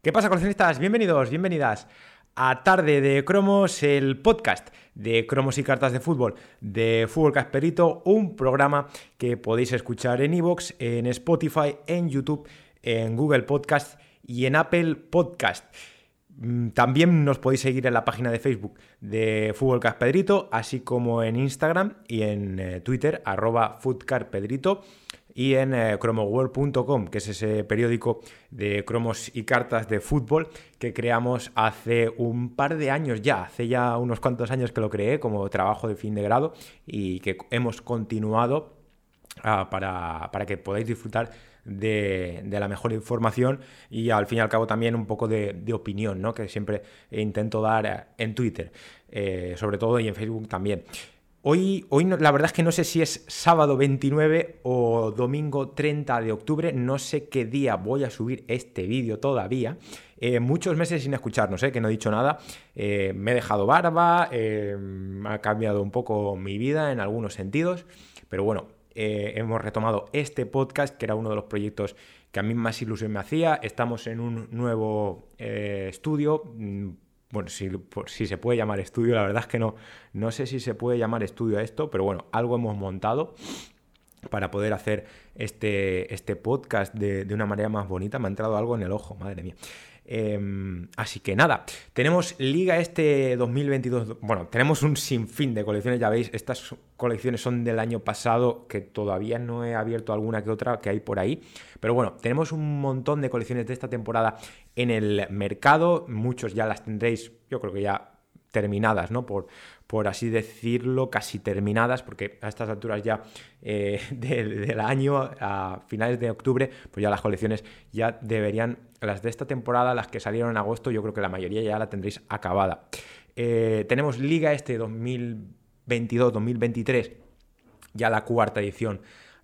¿Qué pasa, coleccionistas? Bienvenidos, bienvenidas a Tarde de Cromos, el podcast de cromos y cartas de fútbol de Fútbol Casperito, un programa que podéis escuchar en iVoox, en Spotify, en YouTube, en Google Podcast y en Apple Podcast. También nos podéis seguir en la página de Facebook de Fútbol Casperito, así como en Instagram y en Twitter, @FootCarpedrito. Y en cromoworld.com, que es ese periódico de cromos y cartas de fútbol que creamos hace un par de años ya, hace ya unos cuantos años que lo creé como trabajo de fin de grado y que hemos continuado para que podáis disfrutar de la mejor información y al fin y al cabo también un poco de opinión, ¿no? Que siempre intento dar en Twitter, sobre todo, y en Facebook también. Hoy no, la verdad es que no sé si es sábado 29 o domingo 30 de octubre, no sé qué día voy a subir este vídeo todavía. Muchos meses sin escucharnos, que no he dicho nada. Me he dejado barba, ha cambiado un poco mi vida en algunos sentidos, pero bueno, hemos retomado este podcast, que era uno de los proyectos que a mí más ilusión me hacía. Estamos en un nuevo estudio. Bueno, si se puede llamar estudio, la verdad es que no sé si se puede llamar estudio a esto, pero bueno, algo hemos montado para poder hacer este podcast de una manera más bonita. Me ha entrado algo en el ojo, madre mía. Así que nada, tenemos Liga 2022, bueno, tenemos un sinfín de colecciones, ya veis, estas colecciones son del año pasado, que todavía no he abierto alguna que otra que hay por ahí, pero bueno, tenemos un montón de colecciones de esta temporada en el mercado, muchos ya las tendréis, yo creo que ya terminadas, ¿no? Por así decirlo, casi terminadas, porque a estas alturas ya del año, a finales de octubre, pues ya las colecciones ya deberían, las de esta temporada, las que salieron en agosto, yo creo que la mayoría ya la tendréis acabada. Tenemos Liga 2022-2023, ya la cuarta edición,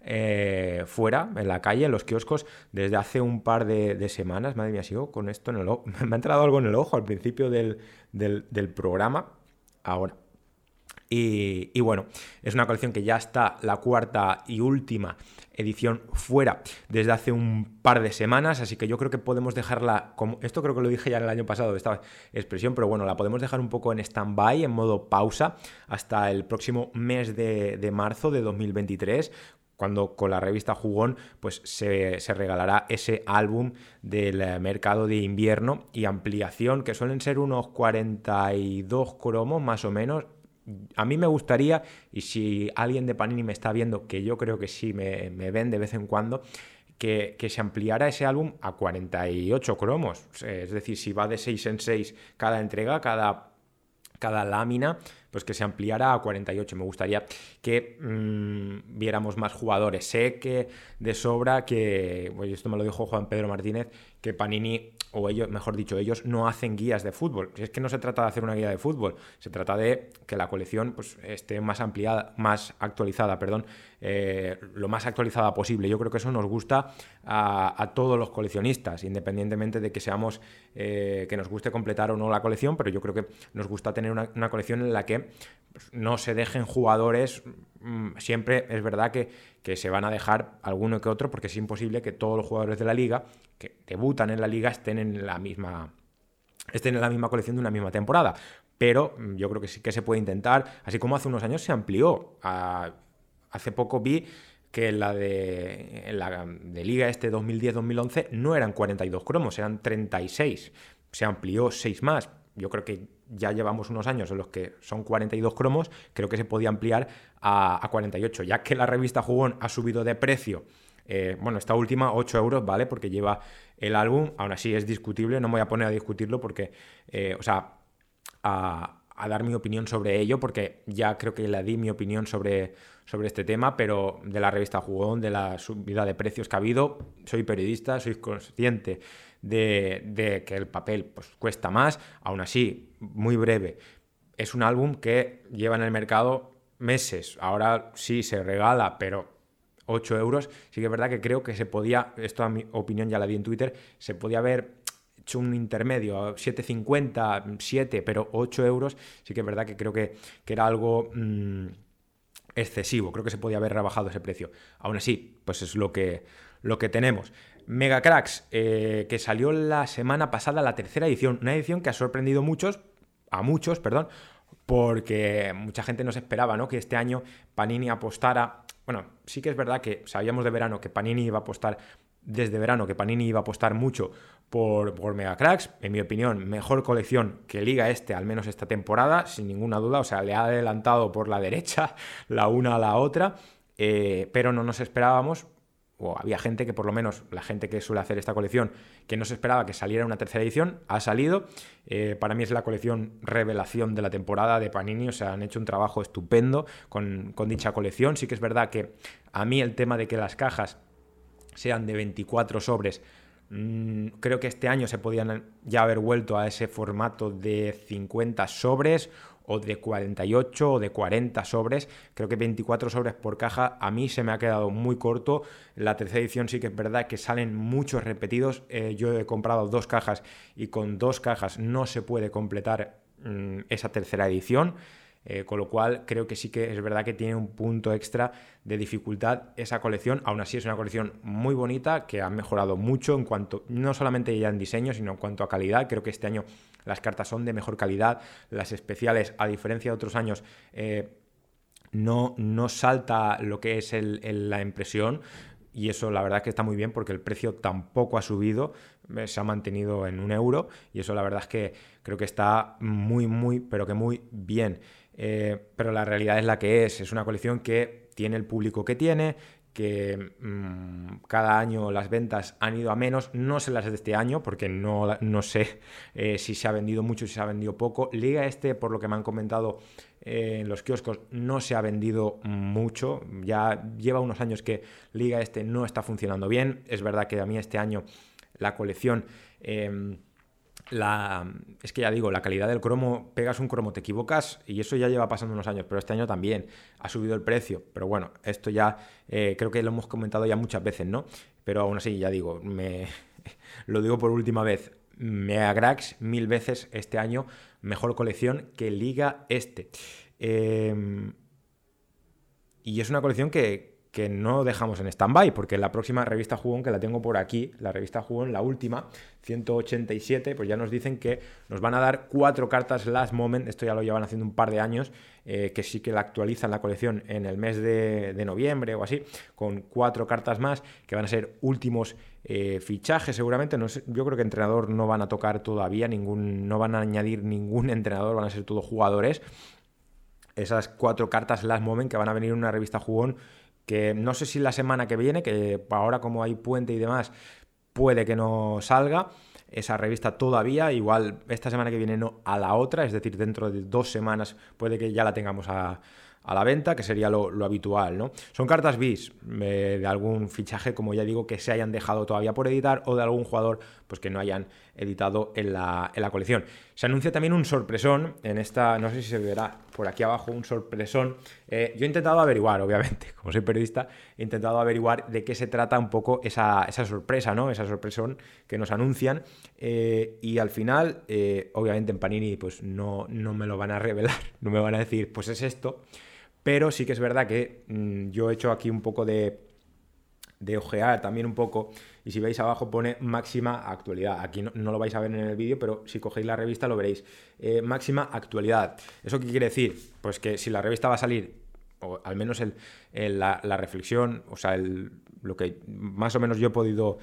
fuera, en la calle, en los kioscos, desde hace un par de semanas. Madre mía, sigo con esto en el ojo. Me ha entrado algo en el ojo al principio del programa. Ahora. Y bueno, es una colección que ya está la cuarta y última edición fuera desde hace un par de semanas, así que yo creo que podemos dejarla, como esto creo que lo dije ya en el año pasado, esta expresión, pero bueno, la podemos dejar un poco en stand-by, en modo pausa, hasta el próximo mes de marzo de 2023, cuando con la revista Jugón pues se regalará ese álbum del mercado de invierno y ampliación, que suelen ser unos 42 cromos más o menos. A mí me gustaría, y si alguien de Panini me está viendo, que yo creo que sí me ven de vez en cuando, que se ampliara ese álbum a 48 cromos. Es decir, si va de 6 en 6 cada entrega, cada lámina, pues que se ampliara a 48. Me gustaría que viéramos más jugadores. Sé que de sobra que, pues esto me lo dijo Juan Pedro Martínez, que Panini, o ellos, mejor dicho, ellos no hacen guías de fútbol. Es que no se trata de hacer una guía de fútbol, se trata de que la colección pues esté más ampliada, más actualizada, lo más actualizada posible. Yo creo que eso nos gusta a todos los coleccionistas, independientemente de que seamos, que nos guste completar o no la colección, pero yo creo que nos gusta tener una colección en la que no se dejen jugadores. Siempre es verdad que se van a dejar alguno que otro, porque es imposible que todos los jugadores de la liga que debutan en la liga estén en la misma colección de una misma temporada, pero yo creo que sí que se puede intentar, así como hace unos años se amplió. Hace poco vi que la de Liga 2010-2011 no eran 42 cromos, eran 36, se amplió 6 más. Yo creo que ya llevamos unos años en los que son 42 cromos, creo que se podía ampliar a 48, ya que la revista Jugón ha subido de precio. Bueno, esta última 8 euros, ¿vale? Porque lleva el álbum, aún así es discutible, no me voy a poner a discutirlo porque, a dar mi opinión sobre ello, porque ya creo que le di mi opinión sobre este tema, pero de la revista Jugón, de la subida de precios que ha habido, soy periodista, soy consciente de que el papel pues cuesta más, aún así, muy breve. Es un álbum que lleva en el mercado meses, ahora sí se regala, pero 8 euros, sí que es verdad que creo que se podía, esto a mi opinión ya la di en Twitter, se podía haber hecho un intermedio, 7,50, 7, pero 8 euros, sí que es verdad que creo que era algo excesivo, creo que se podía haber rebajado ese precio. Aún así, pues es lo que tenemos. Mega Cracks, que salió la semana pasada, la tercera edición, una edición que ha sorprendido a muchos, perdón, porque mucha gente no se esperaba, ¿no?, que este año Panini apostara. Bueno, sí que es verdad que sabíamos de verano que Panini iba a apostar, desde verano, que Panini iba a apostar mucho por Mega Cracks. En mi opinión, mejor colección que Liga Este, al menos esta temporada, sin ninguna duda. O sea, le ha adelantado por la derecha la una a la otra, pero no nos esperábamos, o había gente que, por lo menos la gente que suele hacer esta colección, que no se esperaba que saliera una tercera edición. Ha salido. Para mí es la colección revelación de la temporada de Panini. O sea, han hecho un trabajo estupendo con dicha colección. Sí que es verdad que a mí el tema de que las cajas sean de 24 sobres, creo que este año se podían ya haber vuelto a ese formato de 50 sobres o de 48 o de 40 sobres. Creo que 24 sobres por caja a mí se me ha quedado muy corto. La tercera edición sí que es verdad que salen muchos repetidos. Yo he comprado 2 cajas y con 2 cajas no se puede completar esa tercera edición. Con lo cual creo que sí que es verdad que tiene un punto extra de dificultad esa colección. Aún así es una colección muy bonita, que ha mejorado mucho en cuanto, no solamente ya en diseño, sino en cuanto a calidad. Creo que este año las cartas son de mejor calidad. Las especiales, a diferencia de otros años, no salta lo que es la impresión. Y eso la verdad es que está muy bien, porque el precio tampoco ha subido, se ha mantenido en €1, y eso la verdad es que creo que está muy, pero que muy bien. Pero la realidad es la que es una colección que tiene el público que tiene, que cada año las ventas han ido a menos. No sé las de este año, porque no sé si se ha vendido mucho, si se ha vendido poco. Liga Este, por lo que me han comentado en los kioscos, no se ha vendido mucho. Ya lleva unos años que Liga Este no está funcionando bien. Es verdad que a mí este año la colección... es que ya digo, la calidad del cromo, pegas un cromo, te equivocas, y eso ya lleva pasando unos años, pero este año también ha subido el precio. Pero bueno, esto ya creo que lo hemos comentado ya muchas veces, ¿no? Pero aún así, ya digo, lo digo por última vez, Mega Cracks 1000 veces este año mejor colección que Liga Este. Y es una colección que no dejamos en stand-by, porque la próxima revista Jugón, que la tengo por aquí, la revista Jugón, la última, 187, pues ya nos dicen que nos van a dar 4 cartas Last Moment. Esto ya lo llevan haciendo un par de años, que sí que la actualizan la colección en el mes de noviembre o así, con 4 cartas más, que van a ser últimos fichajes seguramente. No sé, yo creo que entrenador no van a tocar todavía, no van a añadir ningún entrenador, van a ser todos jugadores. Esas 4 cartas Last Moment que van a venir en una revista Jugón, que no sé si la semana que viene, que ahora como hay puente y demás, puede que no salga esa revista todavía. Igual esta semana que viene no, a la otra, es decir, dentro de 2 semanas puede que ya la tengamos a la venta, que sería lo habitual, ¿no? Son cartas bis de algún fichaje, como ya digo, que se hayan dejado todavía por editar, o de algún jugador pues que no hayan editado en la colección. Se anuncia también un sorpresón en esta, no sé si se verá por aquí abajo, un sorpresón. Yo he intentado averiguar, obviamente, como soy periodista, he intentado averiguar de qué se trata un poco esa sorpresa, ¿no? Esa sorpresón que nos anuncian, y al final, obviamente en Panini pues no me lo van a revelar, no me van a decir, pues es esto. Pero sí que es verdad que yo he hecho aquí un poco de ojear también un poco, y si veis abajo pone máxima actualidad. Aquí no lo vais a ver en el vídeo, pero si cogéis la revista lo veréis. Máxima actualidad. ¿Eso qué quiere decir? Pues que si la revista va a salir, o al menos la reflexión, o sea, lo que más o menos yo he podido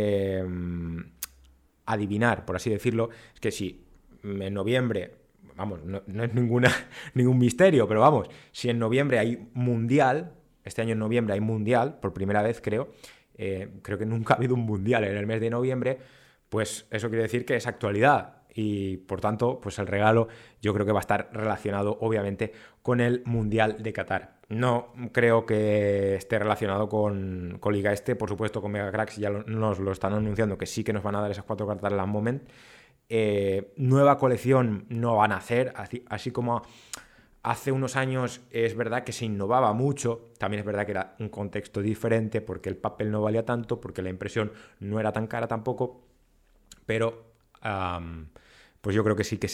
adivinar, por así decirlo, es que si en noviembre... Vamos, no es ningún misterio, pero vamos, si en noviembre hay mundial, este año en noviembre hay mundial, por primera vez creo que nunca ha habido un mundial en el mes de noviembre, pues eso quiere decir que es actualidad, y por tanto, pues el regalo yo creo que va a estar relacionado obviamente con el Mundial de Qatar. No creo que esté relacionado con Liga Este, por supuesto con Mega Cracks ya nos lo están anunciando, que sí que nos van a dar esas 4 cartas Last Moment. Nueva colección no van a hacer, así como hace unos años es verdad que se innovaba mucho. También es verdad que era un contexto diferente, porque el papel no valía tanto, porque la impresión no era tan cara tampoco, pero pues yo creo que sí que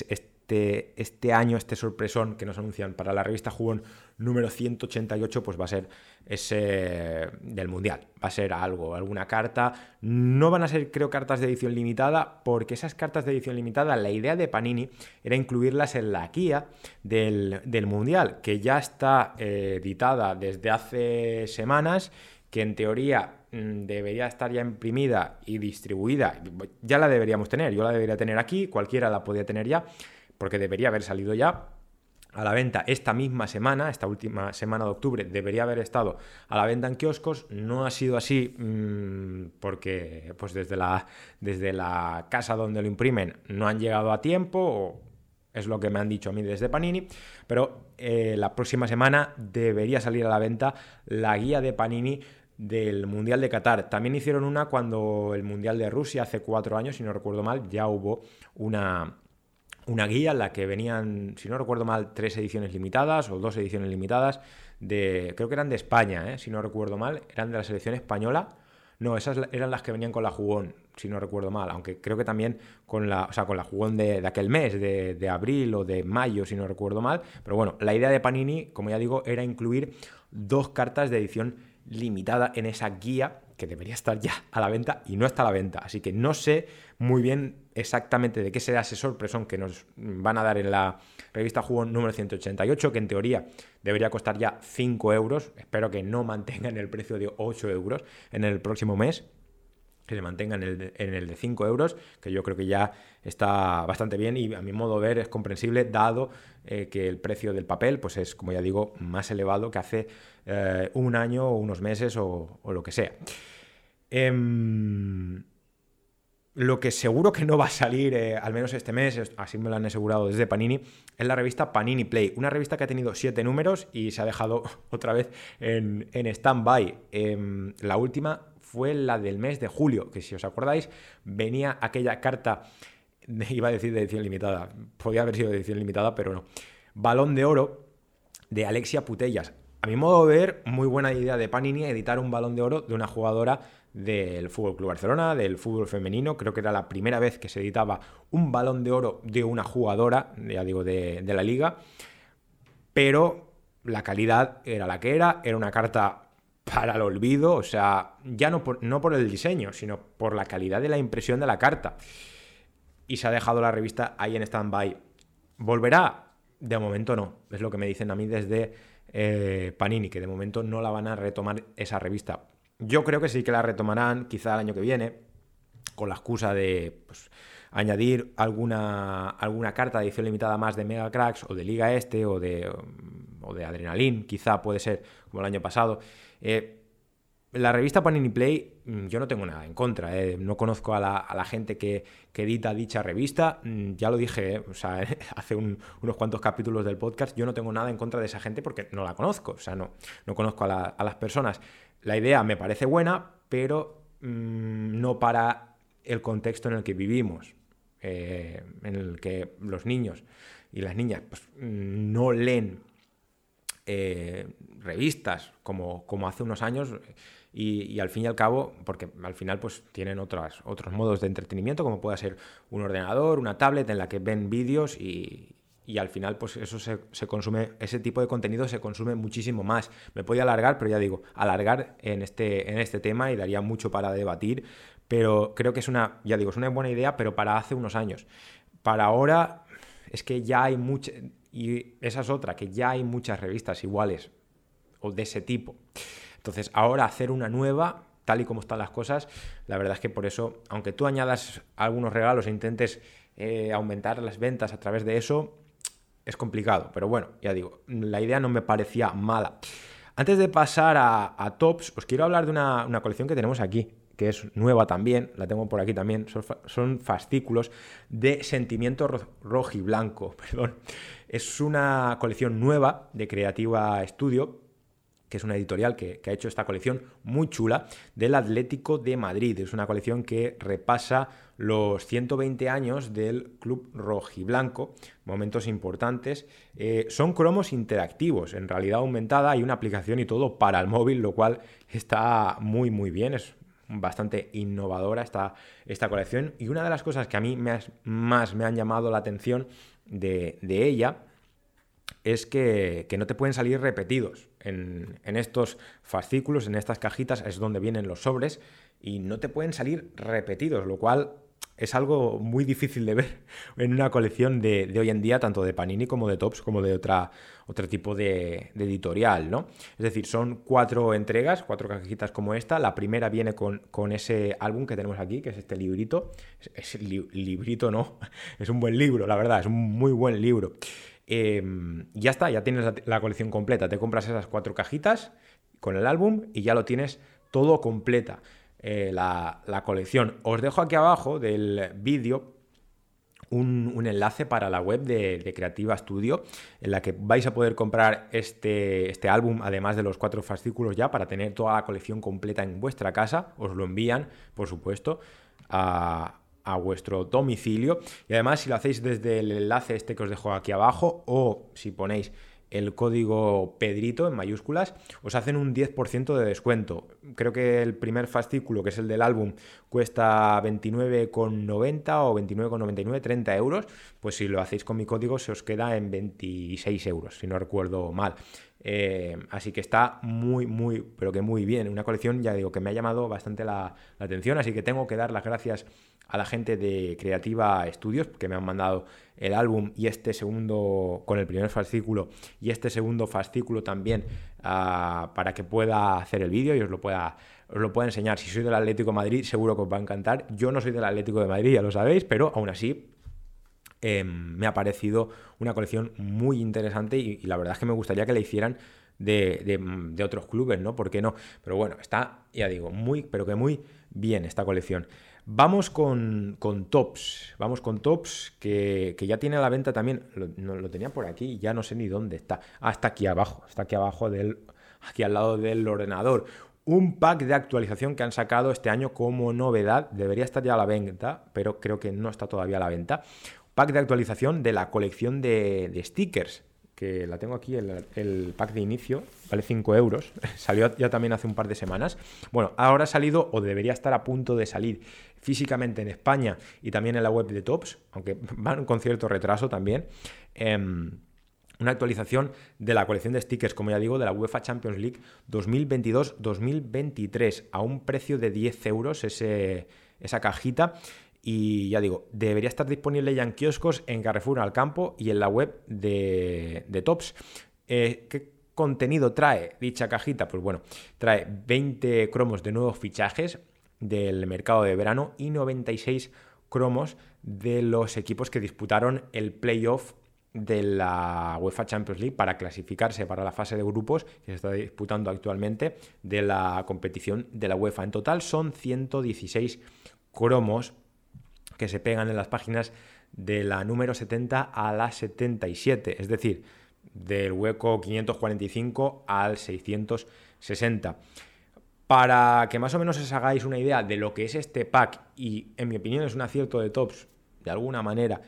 este año, este sorpresón que nos anuncian para la revista Jugón número 188, pues va a ser ese del Mundial. Va a ser alguna carta. No van a ser, creo, cartas de edición limitada, porque esas cartas de edición limitada, la idea de Panini era incluirlas en la guía del Mundial, que ya está editada desde hace semanas, que en teoría debería estar ya imprimida y distribuida. Ya la deberíamos tener, yo la debería tener aquí, cualquiera la podía tener ya, porque debería haber salido ya a la venta esta misma semana, esta última semana de octubre, debería haber estado a la venta en kioscos. No ha sido así porque pues desde la casa donde lo imprimen no han llegado a tiempo, o es lo que me han dicho a mí desde Panini, pero la próxima semana debería salir a la venta la guía de Panini del Mundial de Qatar. También hicieron una cuando el Mundial de Rusia, hace 4 años, si no recuerdo mal, ya hubo una guía en la que venían, si no recuerdo mal, 3 ediciones limitadas o 2 ediciones limitadas, creo que eran de España, si no recuerdo mal, eran de la selección española. No, esas eran las que venían con la Jugón, si no recuerdo mal, aunque creo que también con la Jugón de aquel mes, de abril o de mayo, si no recuerdo mal. Pero bueno, la idea de Panini, como ya digo, era incluir 2 cartas de edición limitada en esa guía, que debería estar ya a la venta y no está a la venta. Así que no sé muy bien exactamente de qué será ese sorpresón que nos van a dar en la revista Jugón número 188, que en teoría debería costar ya 5 euros. Espero que no mantengan el precio de 8 euros en el próximo mes, que se mantengan en el de 5 euros, que yo creo que ya está bastante bien y a mi modo de ver es comprensible, dado que el precio del papel pues es, como ya digo, más elevado que hace un año o unos meses o lo que sea. Lo que seguro que no va a salir, al menos este mes, así me lo han asegurado desde Panini, es la revista Panini Play, una revista que ha tenido 7 números y se ha dejado otra vez en stand-by. La última fue la del mes de julio, que si os acordáis, venía aquella carta, iba a decir de edición limitada, podía haber sido de edición limitada, pero no, Balón de Oro de Alexia Putellas. A mi modo de ver, muy buena idea de Panini editar un Balón de Oro de una jugadora del FC Barcelona, del fútbol femenino. Creo que era la primera vez que se editaba un Balón de Oro de una jugadora, ya digo, de la liga, pero la calidad era la que era una carta para el olvido, o sea, ya no por el diseño, sino por la calidad de la impresión de la carta. Y se ha dejado la revista ahí en stand-by. ¿Volverá? De momento no, es lo que me dicen a mí desde Panini, que de momento no la van a retomar esa revista. Yo creo que sí que la retomarán quizá el año que viene, con la excusa de pues, añadir alguna carta de edición limitada más de Mega Cracks o de Liga Este o de Adrenalin, quizá puede ser como el año pasado. La revista Panini Play, yo no tengo nada en contra, no conozco a la gente que edita dicha revista, ya lo dije, o sea, hace unos cuantos capítulos del podcast, yo no tengo nada en contra de esa gente porque no la conozco, o sea, no conozco a las personas. La idea me parece buena, pero no para el contexto en el que vivimos, en el que los niños y las niñas pues, no leen revistas como hace unos años y al fin y al cabo, porque al final pues tienen otros modos de entretenimiento, como puede ser un ordenador, una tablet en la que ven vídeos y al final pues eso se consume, ese tipo de contenido se consume muchísimo más. Me podía alargar, pero ya digo, alargar en este tema y daría mucho para debatir, pero creo que es una buena idea, pero para hace unos años. Para ahora es que ya hay mucha, y esa es otra, que ya hay muchas revistas iguales o de ese tipo. Entonces ahora hacer una nueva, tal y como están las cosas, la verdad es que por eso, aunque tú añadas algunos regalos e intentes aumentar las ventas a través de eso, es complicado, pero bueno, ya digo, la idea no me parecía mala. Antes de pasar a tops, os quiero hablar de una colección que tenemos aquí, que es nueva también, la tengo por aquí también, son fascículos de Sentimiento Rojiblanco, perdón. Es una colección nueva de Creativa Studio, que es una editorial que ha hecho esta colección muy chula del Atlético de Madrid. Es una colección que repasa los 120 años del Club Rojiblanco, momentos importantes. Son cromos interactivos, en realidad aumentada, hay una aplicación y todo para el móvil, lo cual está muy muy bien, es bastante innovadora esta colección, y una de las cosas que a mí más me han llamado la atención de ella es que no te pueden salir repetidos. En estos fascículos, en estas cajitas, es donde vienen los sobres, y no te pueden salir repetidos, lo cual es algo muy difícil de ver en una colección de hoy en día, tanto de Panini como de Topps, como de otro tipo de editorial, ¿no? Es decir, son 4 entregas, 4 cajitas como esta. La primera viene con ese álbum que tenemos aquí, que es este librito. Librito no, es un buen libro, la verdad, es un muy buen libro. Ya está, ya tienes la colección completa. Te compras esas 4 cajitas con el álbum y ya lo tienes todo completa. La colección. Os dejo aquí abajo del vídeo un enlace para la web de Creativa Studio, en la que vais a poder comprar este álbum, además de los 4 fascículos ya, para tener toda la colección completa en vuestra casa. Os lo envían, por supuesto, a vuestro domicilio, y además si lo hacéis desde el enlace este que os dejo aquí abajo, o si ponéis el código Pedrito en mayúsculas, os hacen un 10% de descuento. Creo que el primer fascículo, que es el del álbum, cuesta 29,90 o 29,99, 30 euros. Pues si lo hacéis con mi código se os queda en 26 euros, si no recuerdo mal. Así que está muy, pero que muy bien. Una colección, ya digo, que me ha llamado bastante la atención, así que tengo que dar las gracias a la gente de Creativa Studios, que me han mandado el álbum y este segundo, con el primer fascículo, y este segundo fascículo también, para que pueda hacer el vídeo y os lo pueda enseñar. Si sois del Atlético de Madrid, seguro que os va a encantar. Yo no soy del Atlético de Madrid, ya lo sabéis, pero aún así me ha parecido una colección muy interesante, y la verdad es que me gustaría que la hicieran de otros clubes, ¿no? ¿Por qué no? Pero bueno, está, ya digo, pero que muy bien esta colección. Vamos con Topps. Vamos con Topps, que ya tiene a la venta también. Lo tenía por aquí, ya no sé ni dónde está. Está aquí abajo. Está aquí abajo, aquí al lado del ordenador. Un pack de actualización que han sacado este año como novedad. Debería estar ya a la venta, pero creo que no está todavía a la venta. Pack de actualización de la colección de stickers, que la tengo aquí, el pack de inicio, vale 5 euros, salió ya también hace un par de semanas. Bueno, ahora ha salido, o debería estar a punto de salir físicamente en España y también en la web de Topps, aunque van con cierto retraso también, una actualización de la colección de stickers, como ya digo, de la UEFA Champions League 2022-2023, a un precio de 10 euros esa cajita. Y ya digo, debería estar disponible ya en kioscos, en Carrefour, Alcampo y en la web de Topps. ¿Qué contenido trae dicha cajita? Pues bueno, trae 20 cromos de nuevos fichajes del mercado de verano y 96 cromos de los equipos que disputaron el playoff de la UEFA Champions League para clasificarse para la fase de grupos que se está disputando actualmente de la competición de la UEFA. En total son 116 cromos que se pegan en las páginas de la número 70 a la 77, es decir, del hueco 545 al 660. Para que más o menos os hagáis una idea de lo que es este pack, y en mi opinión es un acierto de Topps de alguna manera,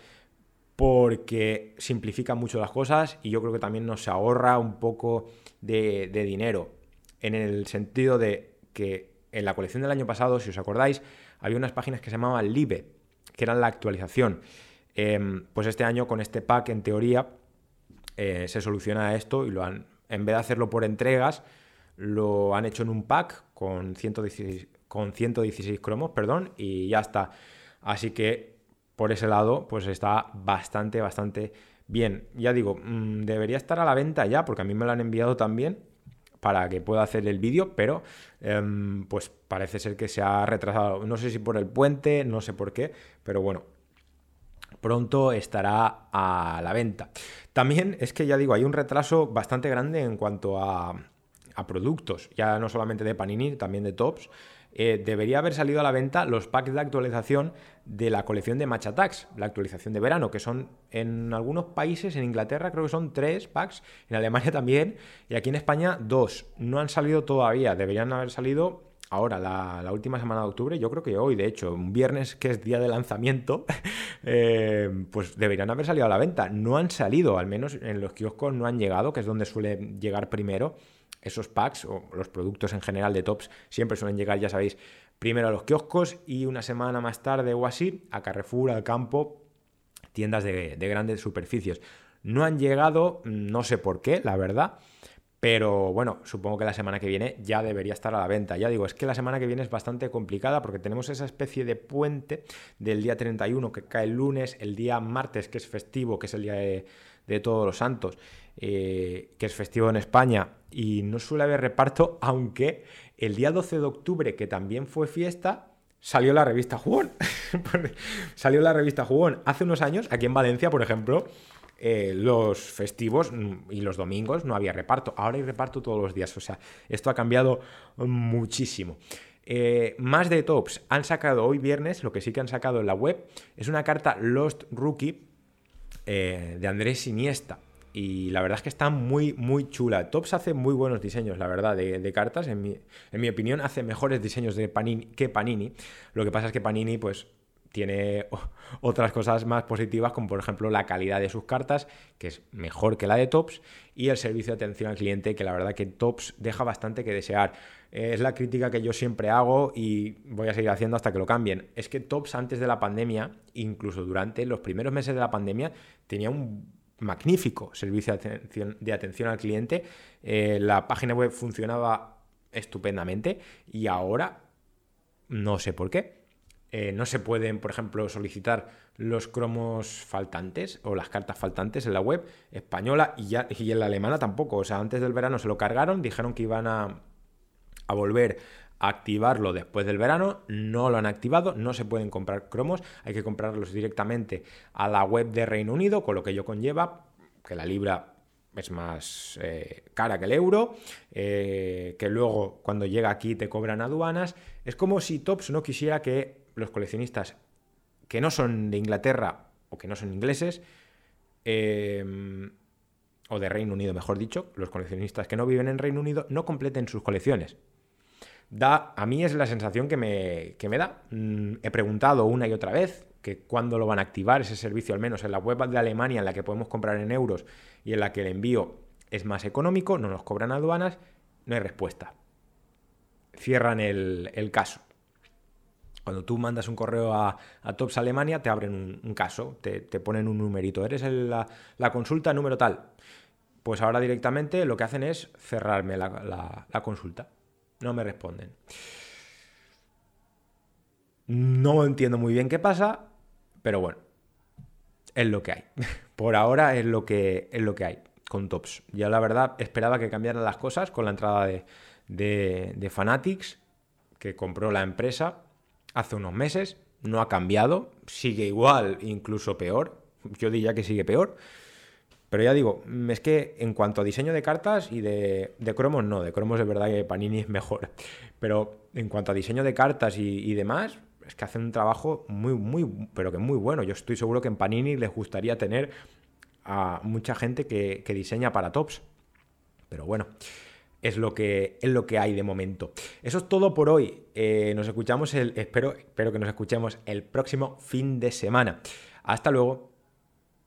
porque simplifica mucho las cosas y yo creo que también nos ahorra un poco de dinero, en el sentido de que en la colección del año pasado, si os acordáis, había unas páginas que se llamaban Live, que eran la actualización. Pues este año con este pack, en teoría, se soluciona esto, y en vez de hacerlo por entregas, lo han hecho en un pack con 116 cromos, y ya está. Así que por ese lado pues está bastante bien. Ya digo, debería estar a la venta ya, porque a mí me lo han enviado también para que pueda hacer el vídeo, pero pues parece ser que se ha retrasado. No sé si por el puente, no sé por qué, pero bueno, pronto estará a la venta. También es que, ya digo, hay un retraso bastante grande en cuanto a productos, ya no solamente de Panini, también de Topps. Debería haber salido a la venta los packs de actualización de la colección de Match Attax, la actualización de verano, que son en algunos países, en Inglaterra creo que son 3 packs, en Alemania también, y aquí en España 2. No han salido todavía, deberían haber salido ahora, la última semana de octubre, yo creo que hoy, de hecho, un viernes que es día de lanzamiento, pues deberían haber salido a la venta. No han salido, al menos en los kioscos no han llegado, que es donde suele llegar primero. Esos packs, o los productos en general de Topps, siempre suelen llegar, ya sabéis, primero a los kioscos y una semana más tarde o así a Carrefour, al Campo, tiendas de grandes superficies. No han llegado, no sé por qué, la verdad, pero bueno, supongo que la semana que viene ya debería estar a la venta. Ya digo, es que la semana que viene es bastante complicada porque tenemos esa especie de puente del día 31 que cae el lunes, el día martes que es festivo, que es el día de Todos los Santos, que es festivo en España y no suele haber reparto, aunque el día 12 de octubre, que también fue fiesta, salió la revista Jugón. Salió la revista Jugón. Hace unos años, aquí en Valencia, por ejemplo, los festivos y los domingos no había reparto. Ahora hay reparto todos los días. O sea, esto ha cambiado muchísimo. Más de tops. Han sacado hoy viernes, lo que sí que han sacado en la web, es una carta Lost Rookie de Andrés Iniesta. Y la verdad es que está muy, muy chula. Tops hace muy buenos diseños, la verdad, de cartas. En mi opinión, hace mejores diseños de Panini que Panini. Lo que pasa es que Panini, pues, tiene otras cosas más positivas, como por ejemplo la calidad de sus cartas, que es mejor que la de Tops, y el servicio de atención al cliente, que la verdad que Tops deja bastante que desear. Es la crítica que yo siempre hago y voy a seguir haciendo hasta que lo cambien. Es que Tops antes de la pandemia, incluso durante los primeros meses de la pandemia, tenía un magnífico servicio de atención al cliente. La página web funcionaba estupendamente y ahora no sé por qué. No se pueden, por ejemplo, solicitar los cromos faltantes o las cartas faltantes en la web española y en la alemana tampoco. O sea, antes del verano se lo cargaron, dijeron que iban a volver a activarlo después del verano, no lo han activado, no se pueden comprar cromos, hay que comprarlos directamente a la web de Reino Unido, con lo que ello conlleva que la libra es más cara que el euro, que luego cuando llega aquí te cobran aduanas. Es como si Tops no quisiera que los coleccionistas que no son de Inglaterra o que no son ingleses, o de Reino Unido mejor dicho, los coleccionistas que no viven en Reino Unido no completen sus colecciones. A mí es la sensación que me da. He preguntado una y otra vez que cuándo lo van a activar ese servicio, al menos en la web de Alemania, en la que podemos comprar en euros y en la que el envío es más económico, no nos cobran aduanas, no hay respuesta. Cierran el caso. Cuando tú mandas un correo a Tops Alemania, te abren un caso, te ponen un numerito. Eres la consulta número tal. Pues ahora directamente lo que hacen es cerrarme la consulta. No me responden. No entiendo muy bien qué pasa, pero bueno, es lo que hay. Por ahora es lo que hay con Tops. Ya la verdad esperaba que cambiaran las cosas con la entrada de Fanatics, que compró la empresa hace unos meses. No ha cambiado, sigue igual, incluso peor. Yo diría que sigue peor. Pero ya digo, es que en cuanto a diseño de cartas y de cromos, no, de cromos es verdad que Panini es mejor. Pero en cuanto a diseño de cartas y demás, es que hacen un trabajo muy, muy, pero que muy bueno. Yo estoy seguro que en Panini les gustaría tener a mucha gente que diseña para Tops. Pero bueno, es lo que hay de momento. Eso es todo por hoy. Nos escuchamos espero que nos escuchemos el próximo fin de semana. Hasta luego.